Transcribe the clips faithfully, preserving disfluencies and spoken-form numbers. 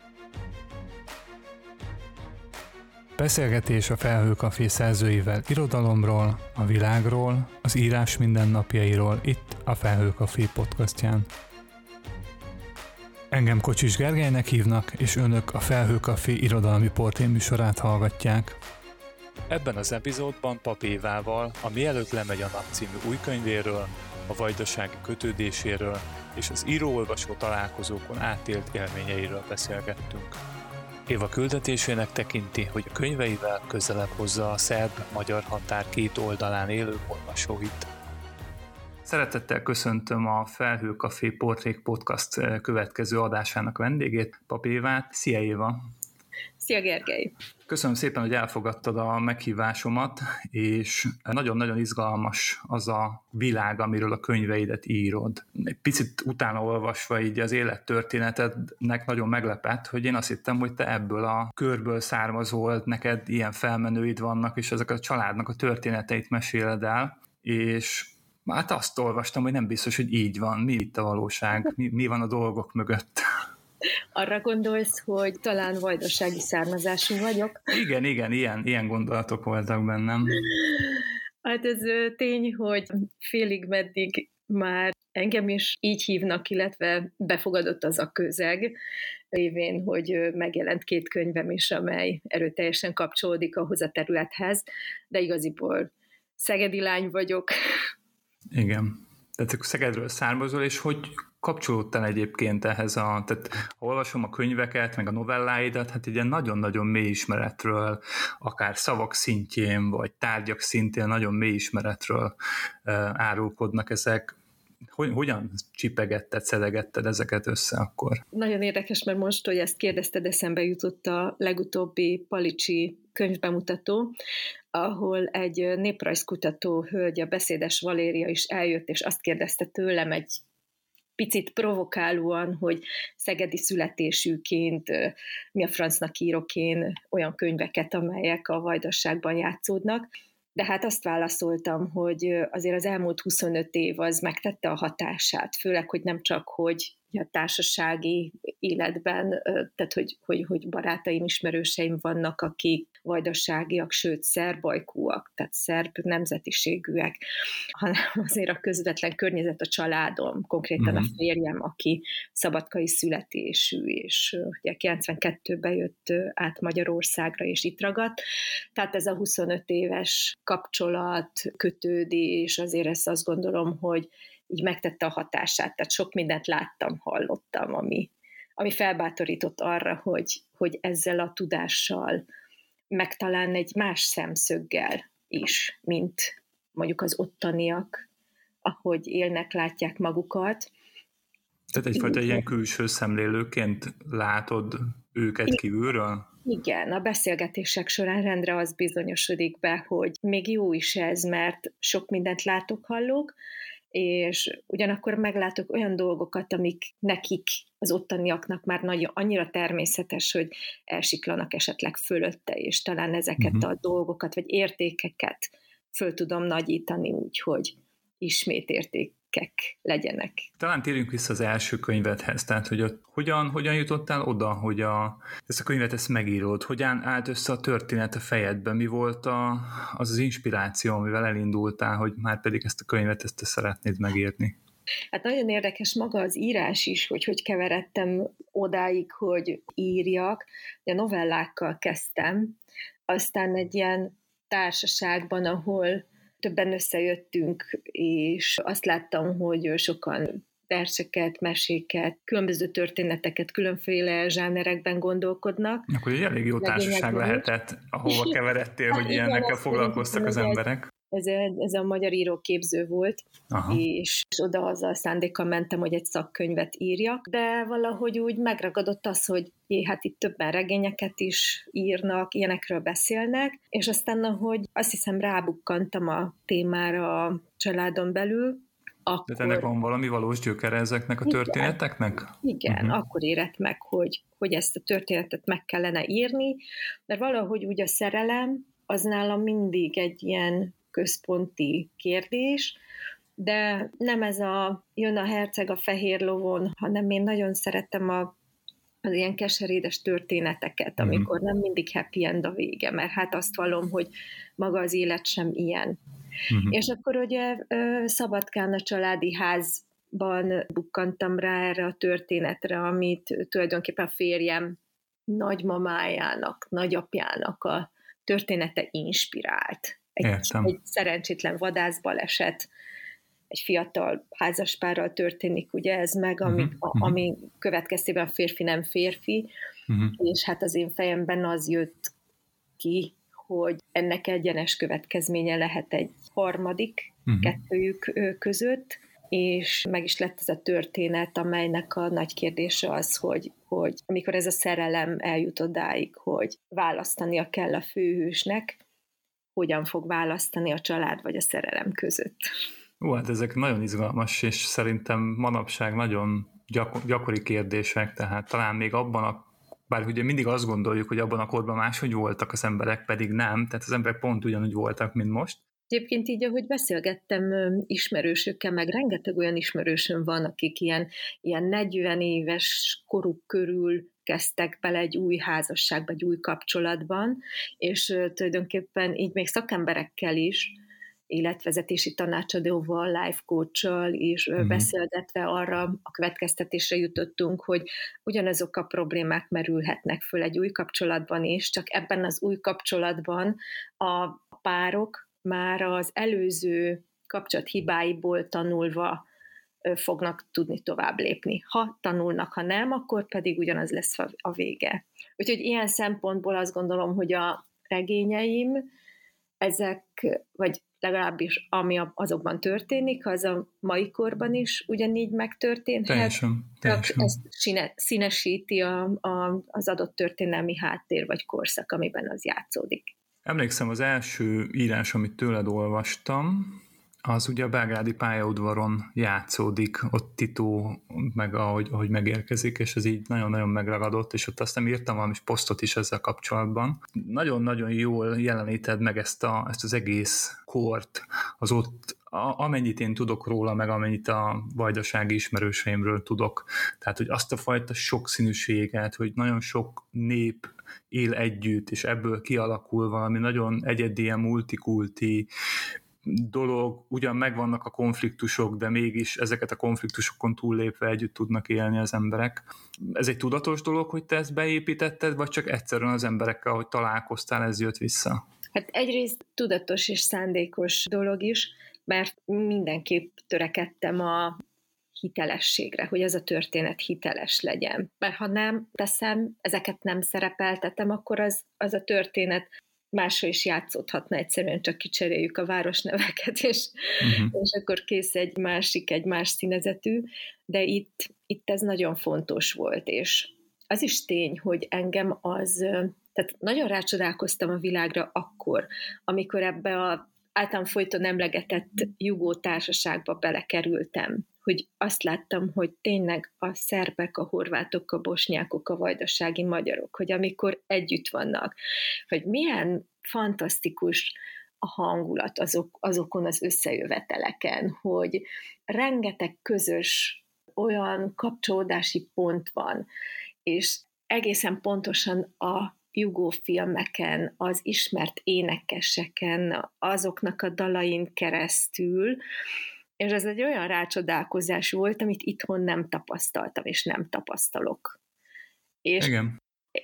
Beszélgetés a Felhőkafé szerzőivel irodalomról, a világról, az írás mindennapjairól itt a Felhőkafé podcastján. Engem Kocsis Gergelynek hívnak, és önök a Felhőkafé irodalmi portréműsorát hallgatják. Ebben az epizódban Pap Évával a Mielőtt lemegy a nap című új könyvéről, a vajdasági kötődéséről és az író-olvasó találkozókon átélt élményeiről beszélgettünk. Éva küldetésének tekinti, hogy a könyveivel közelebb hozza a szerb-magyar határ két oldalán élő olvasóit. Szeretettel köszöntöm a Felhőkafé Portrék Podcast következő adásának vendégét, Pap Évát. Szia Éva! Szia Gergely! Köszönöm szépen, hogy elfogadtad a meghívásomat, és nagyon-nagyon izgalmas az a világ, amiről a könyveidet írod. Egy picit utána olvasva így az élettörténetednek nagyon meglepett, hogy én azt hittem, hogy te ebből a körből származol, neked ilyen felmenőid vannak, és ezek a családnak a történeteit meséled el, és hát azt olvastam, hogy nem biztos, hogy így van. Mi itt a valóság? Mi, mi van a dolgok mögött? Arra gondolsz, hogy talán vajdasági származású vagyok? Igen, igen, ilyen, ilyen gondolatok voltak bennem. Hát ez tény, hogy félig meddig már engem is így hívnak, illetve befogadott az a közeg, révén, hogy megjelent két könyvem is, amely erőteljesen kapcsolódik ahhoz a területhez, de igaziból szegedi lány vagyok. Igen. Tehát Szegedről származol, és hogy kapcsolódtál egyébként ehhez a, tehát ha olvasom a könyveket, meg a novelláidat, hát egy ilyen nagyon-nagyon mély ismeretről, akár szavak szintjén, vagy tárgyak szintén nagyon mély ismeretről uh, árulkodnak ezek. Hogy, hogyan csipegetted, szedegetted ezeket össze akkor? Nagyon érdekes, mert most, hogy ezt kérdezted, eszembe jutott a legutóbbi Palicsi könyvbemutató, ahol egy néprajzkutató hölgy, a Beszédes Valéria is eljött, és azt kérdezte tőlem egy picit provokálóan, hogy szegedi születésűként mi a francnak írok én olyan könyveket, amelyek a Vajdaságban játszódnak. De hát azt válaszoltam, hogy azért az elmúlt huszonöt év az megtette a hatását, főleg, hogy nem csak, hogy a társasági életben, tehát hogy, hogy, hogy barátaim, ismerőseim vannak, akik vajdaságiak, sőt szerbajkúak, tehát szerb nemzetiségűek, hanem azért a közvetlen környezet, a családom, konkrétan mm. a férjem, aki szabadkai születésű, és ugye kilencvenkettőben jött át Magyarországra, és itt ragadt. Tehát ez a huszonöt éves kapcsolat, kötődés, azért ezt azt gondolom, hogy így megtette a hatását, tehát sok mindent láttam, hallottam, ami, ami felbátorított arra, hogy, hogy ezzel a tudással, meg talán egy más szemszöggel is, mint mondjuk az ottaniak, ahogy élnek, látják magukat. Tehát egyfajta igen. Ilyen külső szemlélőként látod őket kívülről? Igen, a beszélgetések során rendre az bizonyosodik be, hogy még jó is ez, mert sok mindent látok, hallok, és ugyanakkor meglátok olyan dolgokat, amik nekik, az ottaniaknak már nagy, annyira természetes, hogy elsiklanak esetleg fölötte, és talán ezeket uh-huh. a dolgokat, vagy értékeket föl tudom nagyítani úgy, hogy ismét értékek legyenek. Talán térjünk vissza az első könyvedhez, tehát hogy ott hogyan, hogyan jutottál oda, hogy a, ezt a könyvet ezt megírod, hogyan állt össze a történet a fejedben, mi volt a, az az inspiráció, amivel elindultál, hogy már pedig ezt a könyvet ezt te szeretnéd megírni? Hát nagyon érdekes maga az írás is, hogy hogy keveredtem odáig, hogy írjak, de novellákkal kezdtem, aztán egy ilyen társaságban, ahol többen összejöttünk, és azt láttam, hogy sokan verseket, meséket, különböző történeteket, különféle zsánerekben gondolkodnak. Akkor egy elég jó társaság lehetett, ahova keveredtél, hogy ilyenekkel foglalkoztak az emberek. Ez a, ez a magyar íróképző volt, és, és oda azzal szándékkal mentem, hogy egy szakkönyvet írjak, de valahogy úgy megragadott az, hogy jé, hát itt többen regényeket is írnak, ilyenekről beszélnek, és aztán, ahogy azt hiszem rábukkantam a témára a családon belül, akkor... De ennek van valami valós gyökere ezeknek a igen, történeteknek? Igen, uh-huh. akkor érett meg, hogy, hogy ezt a történetet meg kellene írni, mert valahogy úgy a szerelem, az nálam mindig egy ilyen központi kérdés, de nem ez a jön a herceg a fehér lovon, hanem én nagyon szeretem a az ilyen keserédes történeteket, amikor uh-huh. nem mindig happy end a vége, mert hát azt vallom, hogy maga az élet sem ilyen. Uh-huh. És akkor ugye Szabadkán a családi házban bukkantam rá erre a történetre, amit tulajdonképpen férjem nagymamájának, nagyapjának a története inspirált. Egy, egy szerencsétlen vadászbaleset, egy fiatal házaspárral történik ugye ez meg, ami, uh-huh, a, ami következtében férfi nem férfi, uh-huh. és hát az én fejemben az jött ki, hogy ennek egyenes következménye lehet egy harmadik uh-huh. kettőjük között, és meg is lett ez a történet, amelynek a nagy kérdése az, hogy, hogy amikor ez a szerelem eljut odáig, hogy választania kell a főhősnek, hogyan fog választani a család vagy a szerelem között. Ó, hát ezek nagyon izgalmas, és szerintem manapság nagyon gyakor- gyakori kérdések, tehát talán még abban a, bár ugye mindig azt gondoljuk, hogy abban a korban máshogy voltak az emberek, pedig nem, tehát az emberek pont ugyanúgy voltak, mint most. Egyébként így, ahogy beszélgettem ismerősökkel, meg rengeteg olyan ismerősöm van, akik ilyen, ilyen negyven éves koruk körül kezdtek bele egy új házasságba, egy új kapcsolatban, és tulajdonképpen így még szakemberekkel is, életvezetési tanácsadóval, life coach-sal is uh-huh. beszélgetve arra a következtetésre jutottunk, hogy ugyanazok a problémák merülhetnek föl egy új kapcsolatban is, csak ebben az új kapcsolatban a párok már az előző kapcsolat hibáiból tanulva fognak tudni tovább lépni. Ha tanulnak, ha nem, akkor pedig ugyanaz lesz a vége. Úgyhogy ilyen szempontból azt gondolom, hogy a regényeim, ezek, vagy legalábbis ami azokban történik, az a mai korban is ugyanígy megtörténhet. Teljesen, teljesen. Ez színesíti a, a, az adott történelmi háttér vagy korszak, amiben az játszódik. Emlékszem, az első írás, amit tőled olvastam, az ugye a belgrádi pályaudvaron játszódik, ott Tito, meg ahogy, ahogy megérkezik, és ez így nagyon-nagyon megragadott, és ott aztán írtam valami posztot is ezzel kapcsolatban. Nagyon-nagyon jól jeleníted meg ezt, a, ezt az egész kort, az ott, a, amennyit én tudok róla, meg amennyit a vajdasági ismerőseimről tudok. Tehát, hogy azt a fajta sokszínűséget, hogy nagyon sok nép él együtt, és ebből kialakul valami nagyon egyedi, ilyen multikulti dolog, ugyan megvannak a konfliktusok, de mégis ezeket a konfliktusokon túllépve együtt tudnak élni az emberek. Ez egy tudatos dolog, hogy te ezt beépítetted, vagy csak egyszerűen az emberekkel, ahogy találkoztál, ez jött vissza? Hát egyrészt tudatos és szándékos dolog is, mert mindenképp törekedtem a hitelességre, hogy ez a történet hiteles legyen. Mert ha nem teszem, ezeket nem szerepeltetem, akkor az, az a történet máshol is játszódhatna, egyszerűen csak kicseréljük a városneveket, és, uh-huh. és akkor kész egy másik, egy más színezetű, de itt, itt ez nagyon fontos volt, és az is tény, hogy engem az, tehát nagyon rácsodálkoztam a világra akkor, amikor ebbe a általán folyton emlegetett jugó társaságba belekerültem, hogy azt láttam, hogy tényleg a szerbek, a horvátok, a bosnyákok, a vajdasági magyarok, hogy amikor együtt vannak, hogy milyen fantasztikus a hangulat azok, azokon az összejöveteleken, hogy rengeteg közös olyan kapcsolódási pont van, és egészen pontosan a jugó filmeken, az ismert énekeseken, azoknak a dalain keresztül, és ez egy olyan rácsodálkozás volt, amit itthon nem tapasztaltam, és nem tapasztalok. És, igen.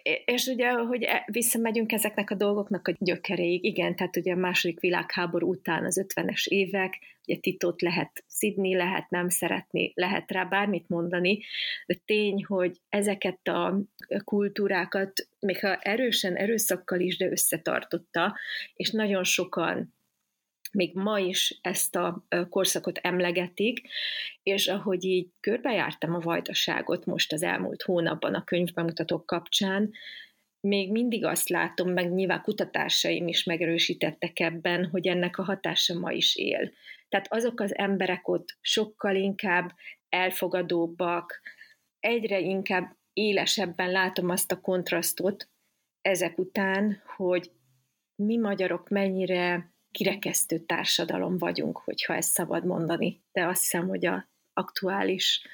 És ugye, hogy visszamegyünk ezeknek a dolgoknak a gyökeréig, igen, tehát ugye a második világháború után az ötvenes évek, ugye Titót lehet szidni, lehet nem szeretni, lehet rá bármit mondani, de tény, hogy ezeket a kultúrákat, még ha erősen, erőszakkal is, de összetartotta, és nagyon sokan még ma is ezt a korszakot emlegetik, és ahogy így körbejártam a Vajdaságot most az elmúlt hónapban a könyvbemutatók kapcsán, még mindig azt látom, meg nyilván kutatásaim is megerősítettek ebben, hogy ennek a hatása ma is él. Tehát azok az emberek ott sokkal inkább elfogadóbbak, egyre inkább élesebben látom azt a kontrasztot ezek után, hogy mi magyarok mennyire kirekesztő társadalom vagyunk, hogyha ezt szabad mondani. De azt hiszem, hogy az aktuális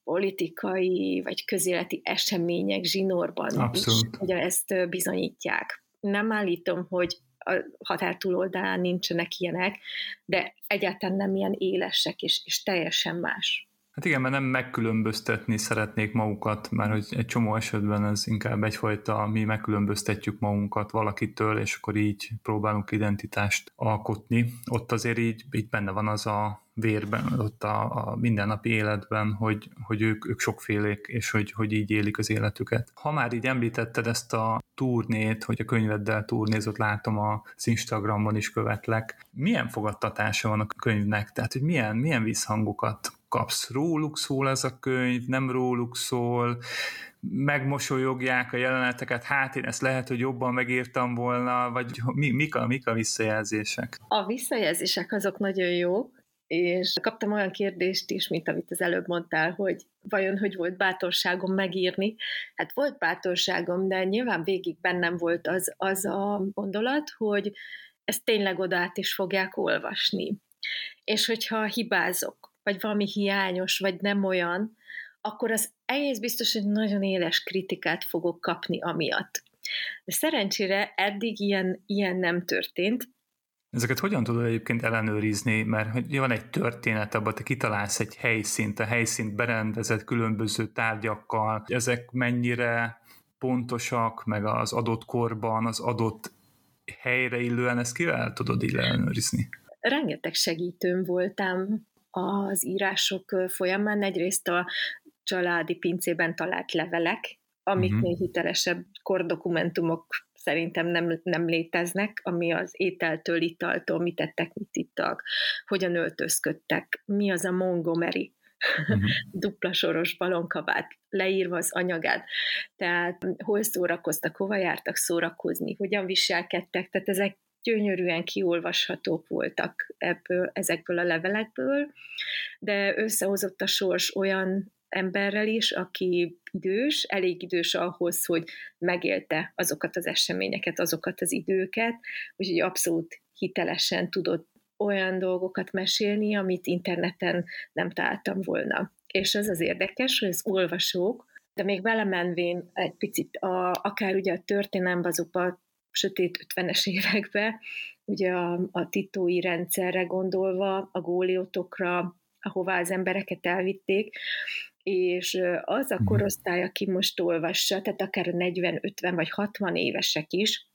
politikai vagy közéleti események zsinórban Abszolút. is ugye ezt bizonyítják. Nem állítom, hogy a határ túloldalán nincsenek ilyenek, de egyáltalán nem ilyen élesek, és, és teljesen más. Hát igen, mert nem megkülönböztetni szeretnék magukat, mert hogy egy csomó esetben ez inkább egyfajta, mi megkülönböztetjük magunkat valakitől, és akkor így próbálunk identitást alkotni. Ott azért így, így benne van az a vérben, ott a, a mindennapi életben, hogy, hogy ők, ők sokfélék, és hogy, hogy így élik az életüket. Ha már így említetted ezt a turnét, hogy a könyveddel turnézott, látom az Instagramon is követlek. Milyen fogadtatása van a könyvnek? Tehát, hogy milyen, milyen visszhangokat kapsz? Róluk szól ez a könyv, nem róluk szól, megmosolyogják a jeleneteket, hát én ezt lehet, hogy jobban megírtam volna, vagy mi, mik, a, mik a visszajelzések? A visszajelzések azok nagyon jók, és kaptam olyan kérdést is, mint amit az előbb mondtál, hogy vajon hogy volt bátorságom megírni. Hát volt bátorságom, de nyilván végig bennem volt az, az a gondolat, hogy ezt tényleg oda át is fogják olvasni. És hogyha hibázok, vagy valami hiányos, vagy nem olyan, akkor az egész biztos, hogy nagyon éles kritikát fogok kapni amiatt. De szerencsére eddig ilyen, ilyen nem történt. Ezeket hogyan tudod egyébként ellenőrizni? Mert hogy van egy történet, abban te kitalálsz egy helyszínt, a helyszínt berendezett különböző tárgyakkal, ezek mennyire pontosak, meg az adott korban, az adott helyre illően, ezt kivel tudod így ellenőrizni? Rengeteg segítőm voltam az írások folyamán. Egyrészt a családi pincében talált levelek, amiknél uh-huh. hitelesebb kordokumentumok szerintem nem, nem léteznek, ami az ételtől, italtól, mit ettek, mit ittak, hogyan öltözködtek, mi az a Montgomery, uh-huh. dupla soros balonkabát, leírva az anyagát, tehát hol szórakoztak, hova jártak szórakozni, hogyan viselkedtek, tehát ezek gyönyörűen kiolvashatók voltak ebből, ezekből a levelekből, de összehozott a sors olyan emberrel is, aki idős, elég idős ahhoz, hogy megélte azokat az eseményeket, azokat az időket, úgyhogy abszolút hitelesen tudott olyan dolgokat mesélni, amit interneten nem találtam volna. És az az érdekes, hogy az olvasók, de még belemenvén egy picit, a, akár ugye a történelembe, azokba sötét ötvenes évekbe, ugye a, a titói rendszerre gondolva, a góliotokra, ahová az embereket elvitték, és az a korosztály, aki most olvassa, tehát akár negyven, ötven vagy hatvan évesek is,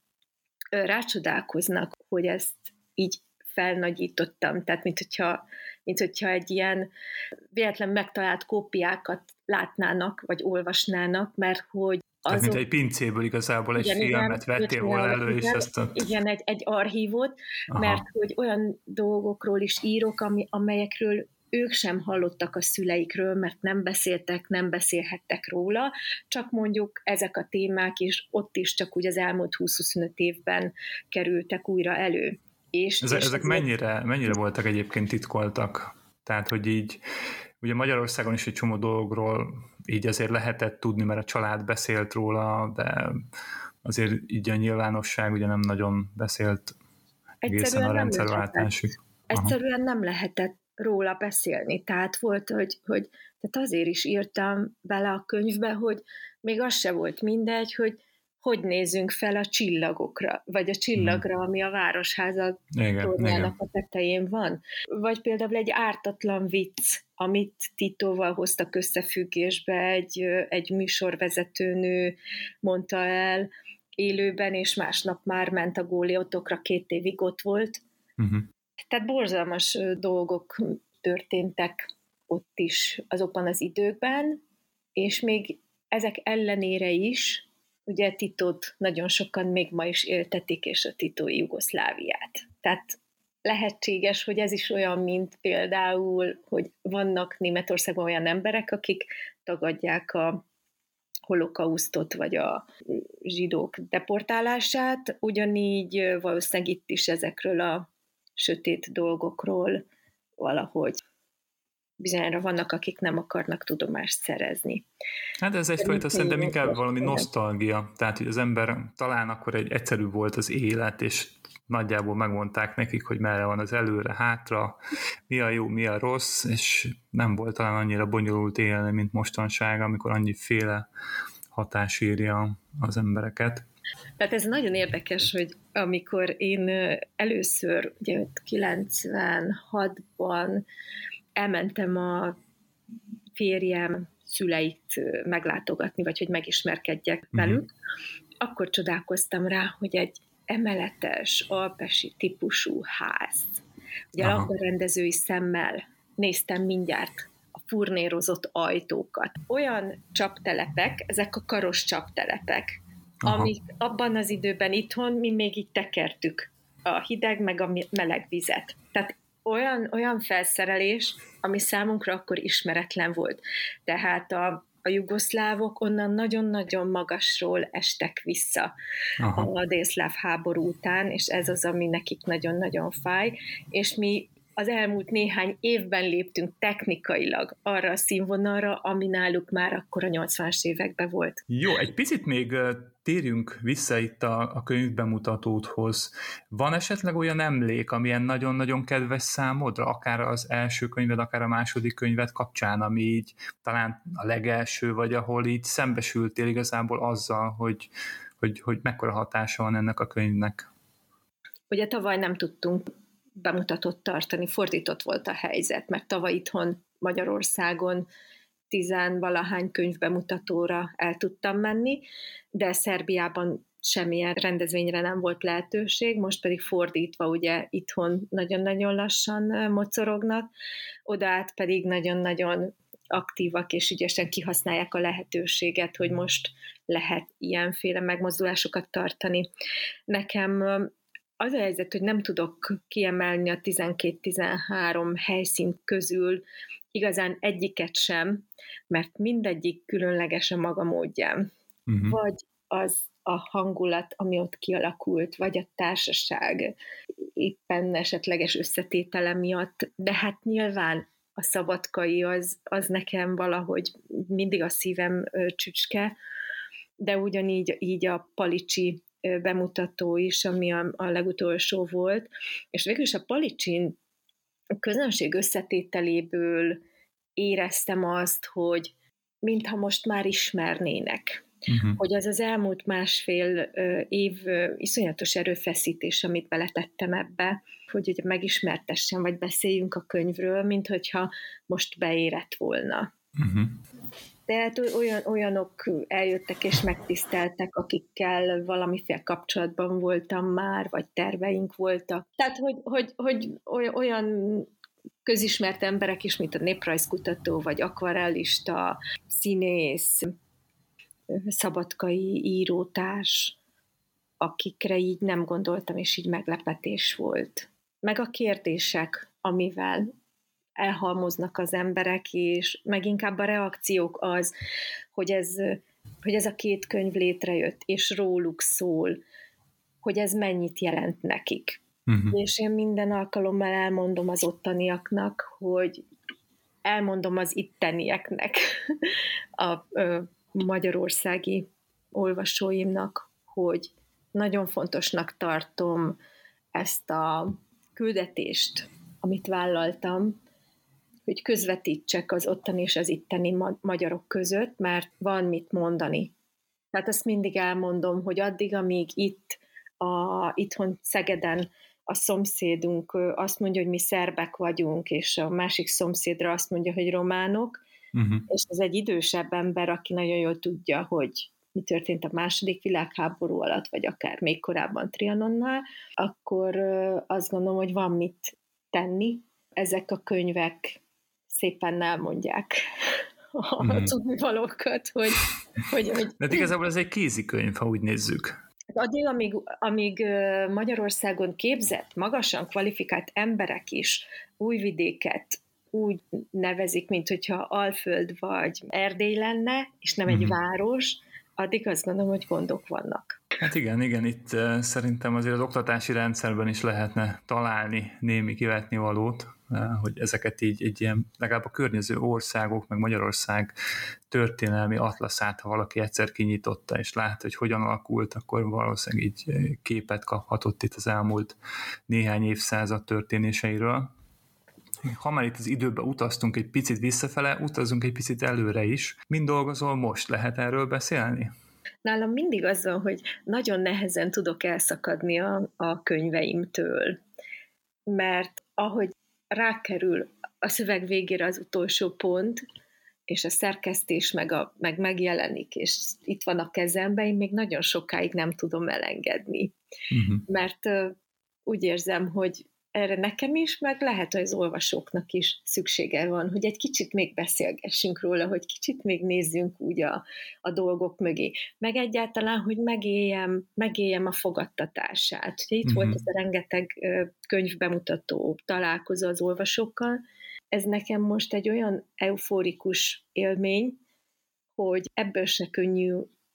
rácsodálkoznak, hogy ezt így felnagyítottam, tehát mint hogyha, mint hogyha egy ilyen véletlen megtalált kópiákat látnának, vagy olvasnának, mert hogy azok, tehát mint egy pincéből igazából egy igen, filmet igen, vettél volna elő, és ezt a... Igen, egy, egy archívot, aha. mert hogy olyan dolgokról is írok, ami, amelyekről ők sem hallottak a szüleikről, mert nem beszéltek, nem beszélhettek róla, csak mondjuk ezek a témák is ott is csak úgy az elmúlt húsz-huszonöt évben kerültek újra elő. És, ezek és ezek mennyire, mennyire voltak egyébként titkoltak? Tehát, hogy így, ugye Magyarországon is egy csomó dologról így azért lehetett tudni, mert a család beszélt róla, de azért így a nyilvánosság ugye nem nagyon beszélt egészen a rendszerváltásig. Egyszerűen nem lehetett róla beszélni. Tehát volt, hogy, hogy tehát azért is írtam bele a könyvbe, hogy még az se volt mindegy, hogy hogy nézzünk fel a csillagokra, vagy a csillagra, hmm. ami a Városháza tornyának a tetején van. Vagy például egy ártatlan vicc, amit Titóval hoztak összefüggésbe, egy, egy műsorvezetőnő mondta el élőben, és másnap már ment a góliotokra, két évig ott volt. Uh-huh. Tehát borzalmas dolgok történtek ott is azokban az időkben, és még ezek ellenére is, ugye Titót nagyon sokan még ma is éltetik, és a titói Jugoszláviát. Tehát lehetséges, hogy ez is olyan, mint például, hogy vannak Németországban olyan emberek, akik tagadják a holokausztot, vagy a zsidók deportálását, ugyanígy valószínűleg itt is ezekről a sötét dolgokról valahogy bizonyára vannak, akik nem akarnak tudomást szerezni. Hát ez egyfajta szerintem inkább valami nosztalgia, tehát hogy az ember talán akkor egy egyszerű volt az élet, és nagyjából megmondták nekik, hogy merre van az előre, hátra, mi a jó, mi a rossz, és nem volt talán annyira bonyolult élni, mint mostanság, amikor annyiféle hatás írja az embereket. Tehát ez nagyon érdekes, hogy amikor én először, ugye kilencvenhatban elmentem a férjem szüleit meglátogatni, vagy hogy megismerkedjek velük, uh-huh. akkor csodálkoztam rá, hogy egy emeletes, alpesi típusú ház. Ugye lakberendezői szemmel néztem mindjárt a furnérozott ajtókat. Olyan csaptelepek, ezek a karos csaptelepek, Aha. amik abban az időben itthon mi még így tekertük a hideg meg a meleg vizet. Tehát olyan, olyan felszerelés, ami számunkra akkor ismeretlen volt. Tehát a, a jugoszlávok onnan nagyon-nagyon magasról estek vissza Aha. a délszláv háború után, és ez az, ami nekik nagyon-nagyon fáj, és mi az elmúlt néhány évben léptünk technikailag arra a színvonalra, ami náluk már akkor a nyolcvanas években volt. Jó, egy picit még térjünk vissza itt a, a könyvbemutatódhoz. Van esetleg olyan emlék, amilyen nagyon-nagyon kedves számodra, akár az első könyved, akár a második könyved kapcsán, ami így talán a legelső, vagy ahol így szembesültél igazából azzal, hogy, hogy, hogy mekkora hatása van ennek a könyvnek? Ugye tavaly nem tudtunk bemutatót tartani, fordított volt a helyzet, mert tavaly itthon Magyarországon tizenvalahány könyvbemutatóra el tudtam menni, de Szerbiában semmilyen rendezvényre nem volt lehetőség, most pedig fordítva, ugye itthon nagyon-nagyon lassan mocorognak, oda át pedig nagyon-nagyon aktívak és ügyesen kihasználják a lehetőséget, hogy most lehet ilyenféle megmozdulásokat tartani. Nekem az a helyzet, hogy nem tudok kiemelni a tizenkét-tizenhárom helyszín közül igazán egyiket sem, mert mindegyik különleges a maga módján. Uh-huh. Vagy az a hangulat, ami ott kialakult, vagy a társaság éppen esetleges összetétele miatt, de hát nyilván a Szabadkai az, az nekem valahogy mindig a szívem csücske, de ugyanígy így a Palicsi bemutató is, ami a, a legutolsó volt, és végül is a Palicsin a közönség összetételéből éreztem azt, hogy mintha most már ismernének. Uh-huh. Hogy az az elmúlt másfél év iszonyatos erőfeszítés, amit beletettem ebbe, hogy ugye megismertessen, vagy beszéljünk a könyvről, mint hogyha most beérett volna. Uh-huh. Tehát olyan, olyanok eljöttek és megtiszteltek, akikkel valamiféle kapcsolatban voltam már, vagy terveink voltak. Tehát, hogy, hogy, hogy olyan közismert emberek is, mint a néprajzkutató, vagy akvarellista, színész, szabadkai írótárs, akikre így nem gondoltam, és így meglepetés volt. Meg a kérdések, amivel elhalmoznak az emberek, és meg inkább a reakciók az, hogy ez, hogy ez a két könyv létrejött, és róluk szól, hogy ez mennyit jelent nekik. Uh-huh. És én minden alkalommal elmondom az ottaniaknak, hogy elmondom az ittenieknek, a ö, magyarországi olvasóimnak, hogy nagyon fontosnak tartom ezt a küldetést, amit vállaltam, hogy közvetítsek az ottani és az itteni magyarok között, mert van mit mondani. Tehát azt mindig elmondom, hogy addig, amíg itt, a, itthon Szegeden a szomszédunk azt mondja, hogy mi szerbek vagyunk, és a másik szomszédra azt mondja, hogy románok, uh-huh. és ez egy idősebb ember, aki nagyon jól tudja, hogy mi történt a második világháború alatt, vagy akár még korábban Trianonnál, akkor azt gondolom, hogy van mit tenni. Ezek a könyvek szépen elmondják a mm. tudnivalókat, hogy... hogy, hogy de igazából ez egy kézikönyv, ha úgy nézzük. Addig, amíg, amíg Magyarországon képzett, magasan kvalifikált emberek is Újvidéket úgy nevezik, mint hogyha Alföld vagy Erdély lenne, és nem mm. egy város, addig azt gondolom, hogy gondok vannak. Hát igen, igen, itt uh, szerintem azért az oktatási rendszerben is lehetne találni némi kivetnivalót. hogy ezeket így egy ilyen, legalább a környező országok, meg Magyarország történelmi atlaszát, ha valaki egyszer kinyitotta, és lát, hogy hogyan alakult, akkor valószínűleg így képet kaphatott itt az elmúlt néhány évszázad történéseiről. Ha már itt az időben utaztunk egy picit visszafele, utazunk egy picit előre is. Mind dolgozol most? Lehet erről beszélni? Nálam mindig az van, hogy nagyon nehezen tudok elszakadni a, a könyveimtől, mert ahogy rákerül a szöveg végére az utolsó pont, és a szerkesztés meg, a, meg megjelenik, és itt van a kezemben, én még nagyon sokáig nem tudom elengedni. Uh-huh. Mert uh, úgy érzem, hogy erre nekem is, meg lehet, hogy az olvasóknak is szüksége van, hogy egy kicsit még beszélgessünk róla, hogy kicsit még nézzünk úgy a, a dolgok mögé. Meg egyáltalán, hogy megéljem, megéljem a fogadtatását. Ugye itt uh-huh. volt ez a rengeteg könyvbemutató találkozó az olvasókkal. Ez nekem most egy olyan euforikus élmény, hogy ebből se könnyű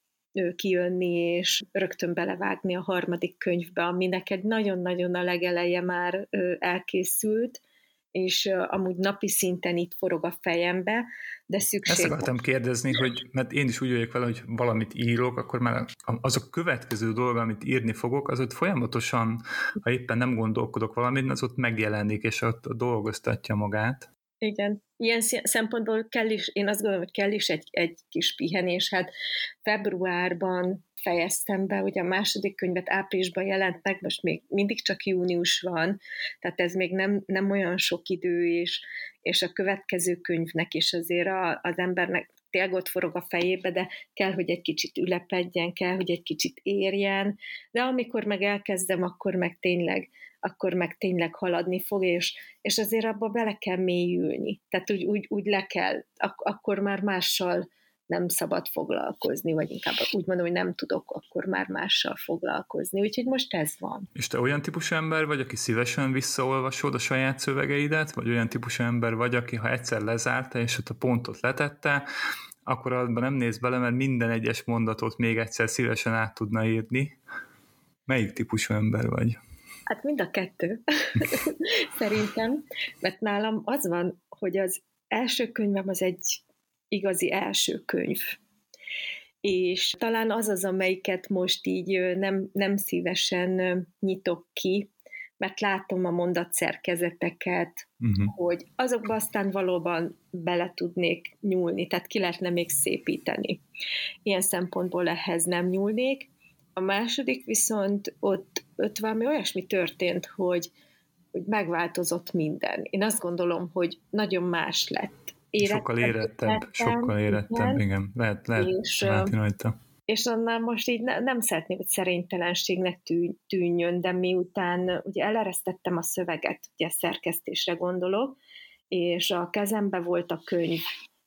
kijönni, és rögtön belevágni a harmadik könyvbe, ami neked nagyon-nagyon a legeleje már elkészült, és amúgy napi szinten itt forog a fejembe, de szükség... Ezt akartam kérdezni, hogy, mert én is úgy vagyok vele, hogy valamit írok, akkor már az a következő dolog, amit írni fogok, az ott folyamatosan, ha éppen nem gondolkodok valamit, az ott megjelenik, és ott dolgoztatja magát. Igen. Ilyen szempontból kell is, én azt gondolom, hogy kell is egy, egy kis pihenés. Hát februárban fejeztem be, ugye a második könyvet áprilisban jelent meg, most még mindig csak június van, tehát ez még nem, nem olyan sok idő, és, és a következő könyvnek is azért a, az embernek tényleg ott forog a fejébe, de kell, hogy egy kicsit ülepedjen, kell, hogy egy kicsit érjen, de amikor meg elkezdem, akkor meg tényleg akkor meg tényleg haladni fog, és, és azért abba bele kell mélyülni. Tehát úgy, úgy, úgy le kell, ak- akkor már mással nem szabad foglalkozni, vagy inkább úgy mondom, hogy nem tudok akkor már mással foglalkozni. Úgyhogy most ez van. És te olyan típusú ember vagy, aki szívesen visszaolvasod a saját szövegeidet, vagy olyan típusú ember vagy, aki ha egyszer lezárta, és ott a pontot letette, akkor abban nem néz bele, mert minden egyes mondatot még egyszer szívesen át tudna írni. Melyik típusú ember vagy? Hát mind a kettő, szerintem, mert nálam az van, hogy az első könyvem az egy igazi első könyv. És talán az az, amelyiket most így nem, nem szívesen nyitok ki, mert látom a mondatszerkezeteket, uh-huh. hogy azokba aztán valóban bele tudnék nyúlni, tehát ki lehetne még szépíteni. Ilyen szempontból ehhez nem nyúlnék. A második viszont ott, ott valami olyasmi történt, hogy, hogy megváltozott minden. Én azt gondolom, hogy nagyon más lett. Érettebb, sokkal érettebb, lettem, sokkal érettebb, igen. igen. Lehet, lehet és, látni rajta. És annál most így ne, nem szeretném, hogy szerénytelenségnek tű, tűnjön, de miután ugye eleresztettem a szöveget, ugye szerkesztésre gondolok, és a kezembe volt a könyv,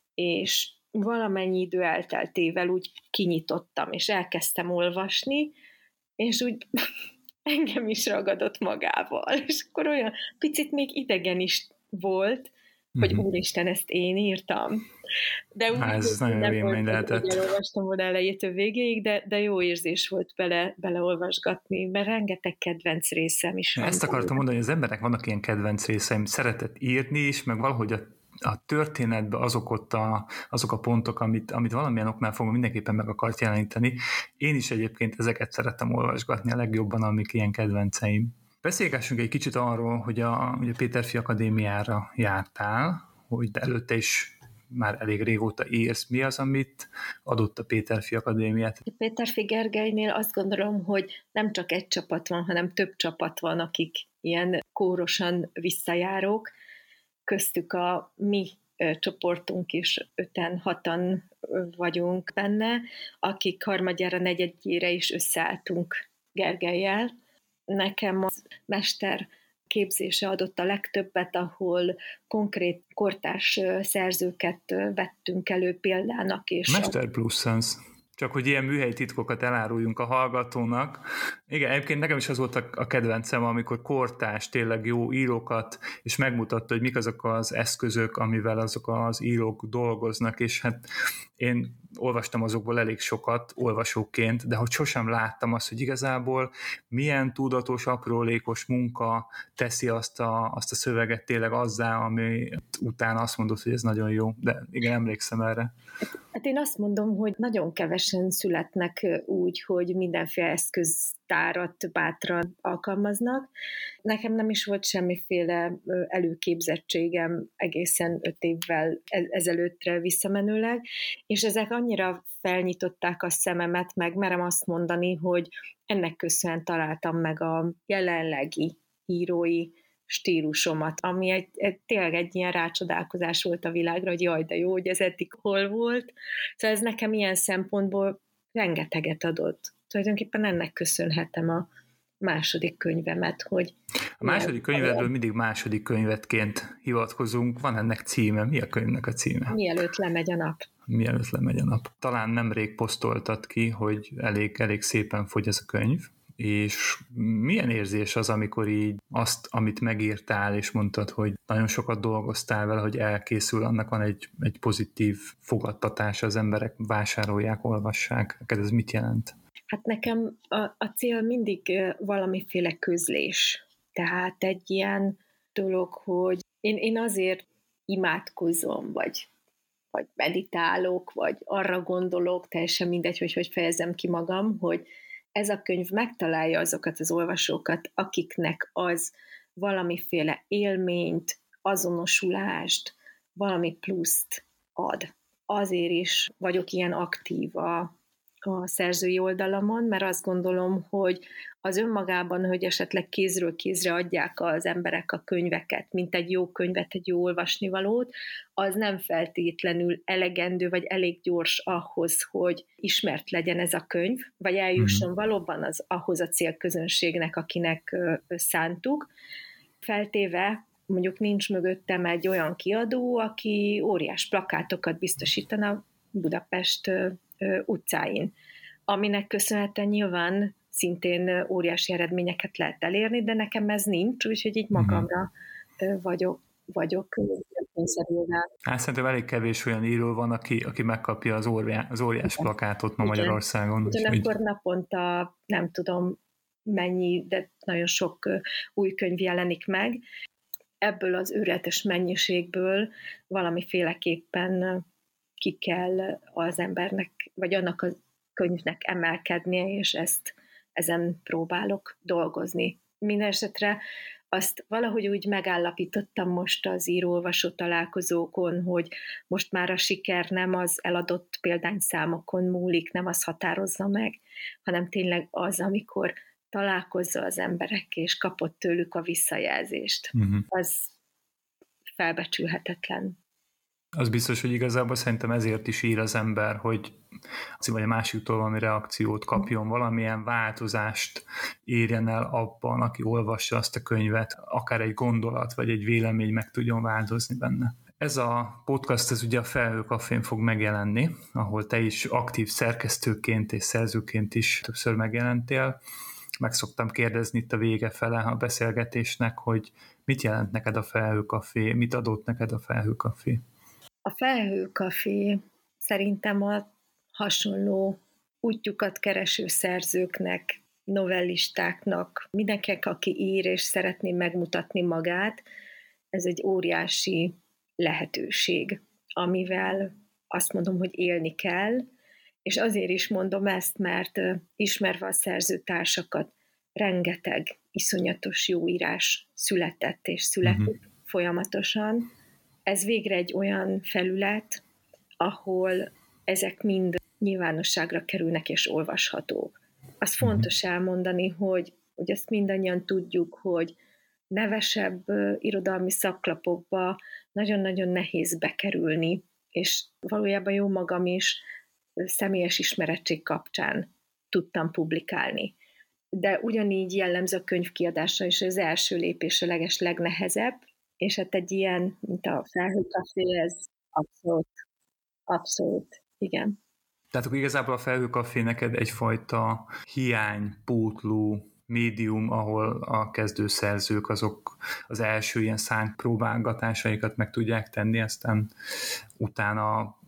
és valamennyi idő elteltével úgy kinyitottam, és elkezdtem olvasni, és úgy engem is ragadott magával, és akkor olyan picit még idegen is volt, hogy mm-hmm. úristen, ezt én írtam. De úgy, Há, ez nagyon nem volt, lehetett. hogy elolvastam volna elejétől végéig, de, de jó érzés volt bele, beleolvasgatni, mert rengeteg kedvenc részem is van. Ezt akartam mondani, hogy az emberek vannak ilyen kedvenc részeim, szeretett írni is, meg valahogy a a történetben azok ott a, azok a pontok, amit, amit valamilyen oknál fogom mindenképpen meg akart jeleníteni. Én is egyébként ezeket szerettem olvasgatni a legjobban, amik ilyen kedvenceim. Beszélgessünk egy kicsit arról, hogy a, hogy a Péterfi Akadémiára jártál, hogy előtte is már elég régóta írsz. Mi az, amit adott a Péterfi Akadémiát? A Péterfi Gergelynél azt gondolom, hogy nem csak egy csapat van, hanem több csapat van, akik ilyen kórosan visszajárók. Köztük a mi csoportunk is, öten, hatan vagyunk benne, akik harmadjára, negyedjére is összeálltunk Gergellyel. Nekem a mester képzése adott a legtöbbet, ahol konkrét kortárs szerzőket vettünk elő példának. És Mester plusz sense. Csak hogy ilyen műhelyi titkokat eláruljunk a hallgatónak. Igen, egyébként nekem is az volt a kedvencem, amikor kortárs, tényleg jó írókat, és megmutatta, hogy mik azok az eszközök, amivel azok az írók dolgoznak, és hát én olvastam azokból elég sokat olvasóként, de hogy sosem láttam azt, hogy igazából milyen tudatos, aprólékos munka teszi azt a, azt a szöveget tényleg azzá, ami utána azt mondod, hogy ez nagyon jó. De igen, emlékszem erre. Hát én azt mondom, hogy nagyon kevesen születnek úgy, hogy mindenféle eszköztárat bátran alkalmaznak. Nekem nem is volt semmiféle előképzettségem egészen öt évvel ezelőttre visszamenőleg, és ezek annyira felnyitották a szememet, meg merem azt mondani, hogy ennek köszönhetően találtam meg a jelenlegi írói stílusomat, ami egy, egy, tényleg egy ilyen rácsodálkozás volt a világra, hogy jaj, de jó, hogy ez eddig hol volt. Szóval ez nekem ilyen szempontból rengeteget adott. Tulajdonképpen ennek köszönhetem a második könyvemet, hogy... A második könyvedről mindig második könyvetként hivatkozunk. Van ennek címe? Mi a könyvnek a címe? Mielőtt lemegy a nap. Mielőtt lemegy a nap. Talán nemrég posztoltad ki, hogy elég, elég szépen fogy ez a könyv. És milyen érzés az, amikor így azt, amit megírtál, és mondtad, hogy nagyon sokat dolgoztál vele, hogy elkészül, annak van egy, egy pozitív fogadtatása, az emberek vásárolják, olvassák. Neked ez mit jelent? Hát nekem a, a cél mindig valamiféle közlés. Tehát egy ilyen dolog, hogy én, én azért imádkozom, vagy, vagy meditálok, vagy arra gondolok, teljesen mindegy, hogy hogy fejezem ki magam, hogy ez a könyv megtalálja azokat az olvasókat, akiknek az valamiféle élményt, azonosulást, valami pluszt ad. Azért is vagyok ilyen aktív a, a szerzői oldalamon, mert azt gondolom, hogy az önmagában, hogy esetleg kézről kézre adják az emberek a könyveket, mint egy jó könyvet, egy jó olvasnivalót, az nem feltétlenül elegendő, vagy elég gyors ahhoz, hogy ismert legyen ez a könyv, vagy eljusson valóban az, ahhoz a célközönségnek, akinek ö, ö, szántuk. Feltéve, mondjuk nincs mögöttem egy olyan kiadó, aki óriás plakátokat biztosítana Budapest ö, ö, utcáin, aminek köszönhetően nyilván szintén óriási eredményeket lehet elérni, de nekem ez nincs, úgyhogy így magamra vagyok, vagyok kényszerülve. Hát szerintem elég kevés olyan író van, aki, aki megkapja az, óriá, az óriás igen. plakátot ma igen. Magyarországon. Ugyanakkor úgy... naponta nem tudom mennyi, de nagyon sok új könyv jelenik meg. Ebből az őrületes mennyiségből valamiféleképpen ki kell az embernek, vagy annak a könyvnek emelkednie, és ezt ezen próbálok dolgozni. Mindenesetre azt valahogy úgy megállapítottam most az író-olvasó találkozókon, hogy most már a siker nem az eladott példányszámokon múlik, nem az határozza meg, hanem tényleg az, amikor találkozza az emberek, és kapott tőlük a visszajelzést. Uh-huh. Az felbecsülhetetlen. Az biztos, hogy igazából szerintem ezért is ír az ember, hogy vagy a másiktól valami reakciót kapjon, valamilyen változást érjen el abban, aki olvassa azt a könyvet, akár egy gondolat, vagy egy vélemény meg tudjon változni benne. Ez a podcast, ez ugye a Felhőkafén fog megjelenni, ahol te is aktív szerkesztőként és szerzőként is többször megjelentél. Meg szoktam kérdezni itt a vége fele a beszélgetésnek, hogy mit jelent neked a Felhőkafé, mit adott neked a Felhőkafé? A Felhőkafé szerintem a hasonló útjukat kereső szerzőknek, novellistáknak, mindenkinek, aki ír és szeretné megmutatni magát, ez egy óriási lehetőség, amivel azt mondom, hogy élni kell, és azért is mondom ezt, mert ismerve a szerzőtársakat, rengeteg iszonyatos jó írás született és születik uh-huh. folyamatosan. Ez végre egy olyan felület, ahol ezek mind nyilvánosságra kerülnek és olvashatók. Az fontos elmondani, hogy, hogy ezt mindannyian tudjuk, hogy nevesebb uh, irodalmi szaklapokba nagyon-nagyon nehéz bekerülni, és valójában jó magam is uh, személyes ismerettség kapcsán tudtam publikálni. De ugyanígy jellemző a könyvkiadásra is, az első lépés a leges legnehezebb, és hát egy ilyen, mint a Felhőkafé, ez abszolút, abszolút, igen. Tehát akkor igazából a Felhőkafé neked egyfajta hiánypótló médium, ahol a kezdőszerzők azok az első ilyen szánt próbálgatásaikat meg tudják tenni, aztán utána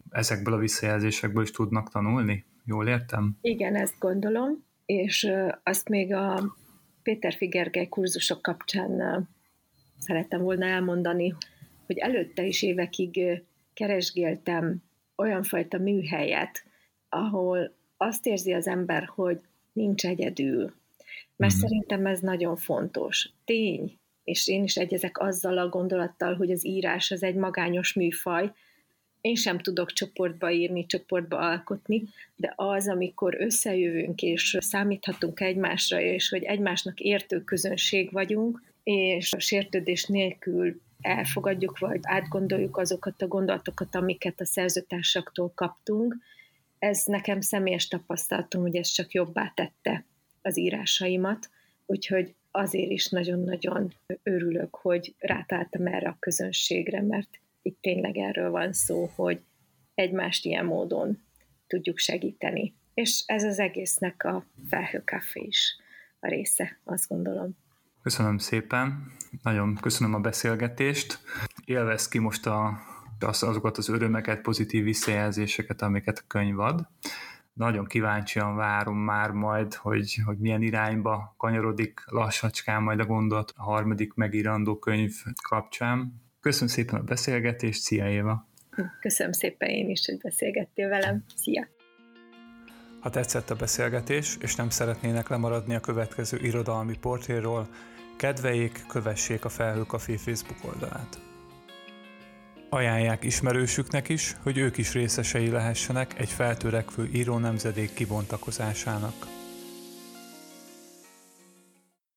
ezekből a visszajelzésekből is tudnak tanulni? Jól értem? Igen, ezt gondolom, és azt még a Péterfi Gergely kurzusok kapcsán szerettem volna elmondani, hogy előtte is évekig keresgéltem olyan fajta műhelyet, ahol azt érzi az ember, hogy nincs egyedül. Mert mm. szerintem ez nagyon fontos. Tény, és én is egyezek azzal a gondolattal, hogy az írás az egy magányos műfaj. Én sem tudok csoportba írni, csoportba alkotni, de az, amikor összejövünk, és számíthatunk egymásra, és hogy egymásnak értő közönség vagyunk, és sértődés nélkül elfogadjuk, vagy átgondoljuk azokat a gondolatokat, amiket a szerzőtársaktól kaptunk, ez nekem személyes tapasztalatom, hogy ez csak jobbá tette az írásaimat, úgyhogy azért is nagyon-nagyon örülök, hogy rátaláltam erre a közönségre, mert itt tényleg erről van szó, hogy egymást ilyen módon tudjuk segíteni. És ez az egésznek a Felhőkafé is a része, azt gondolom. Köszönöm szépen, nagyon köszönöm a beszélgetést. Élvezd ki most a, azokat az örömeket, pozitív visszajelzéseket, amiket a könyv ad. Nagyon kíváncsian várom már majd, hogy, hogy milyen irányba kanyarodik lassacskán majd a gondolat a harmadik megírandó könyv kapcsán. Köszönöm szépen a beszélgetést, szia Éva! Köszönöm szépen én is, hogy beszélgettél velem, szia! Ha tetszett a beszélgetés, és nem szeretnének lemaradni a következő irodalmi portréról, kedveljék, kövessék a Felhőkafé Facebook oldalát. Ajánlják ismerősüknek is, hogy ők is részesei lehessenek egy feltörekvő írónemzedék kibontakozásának.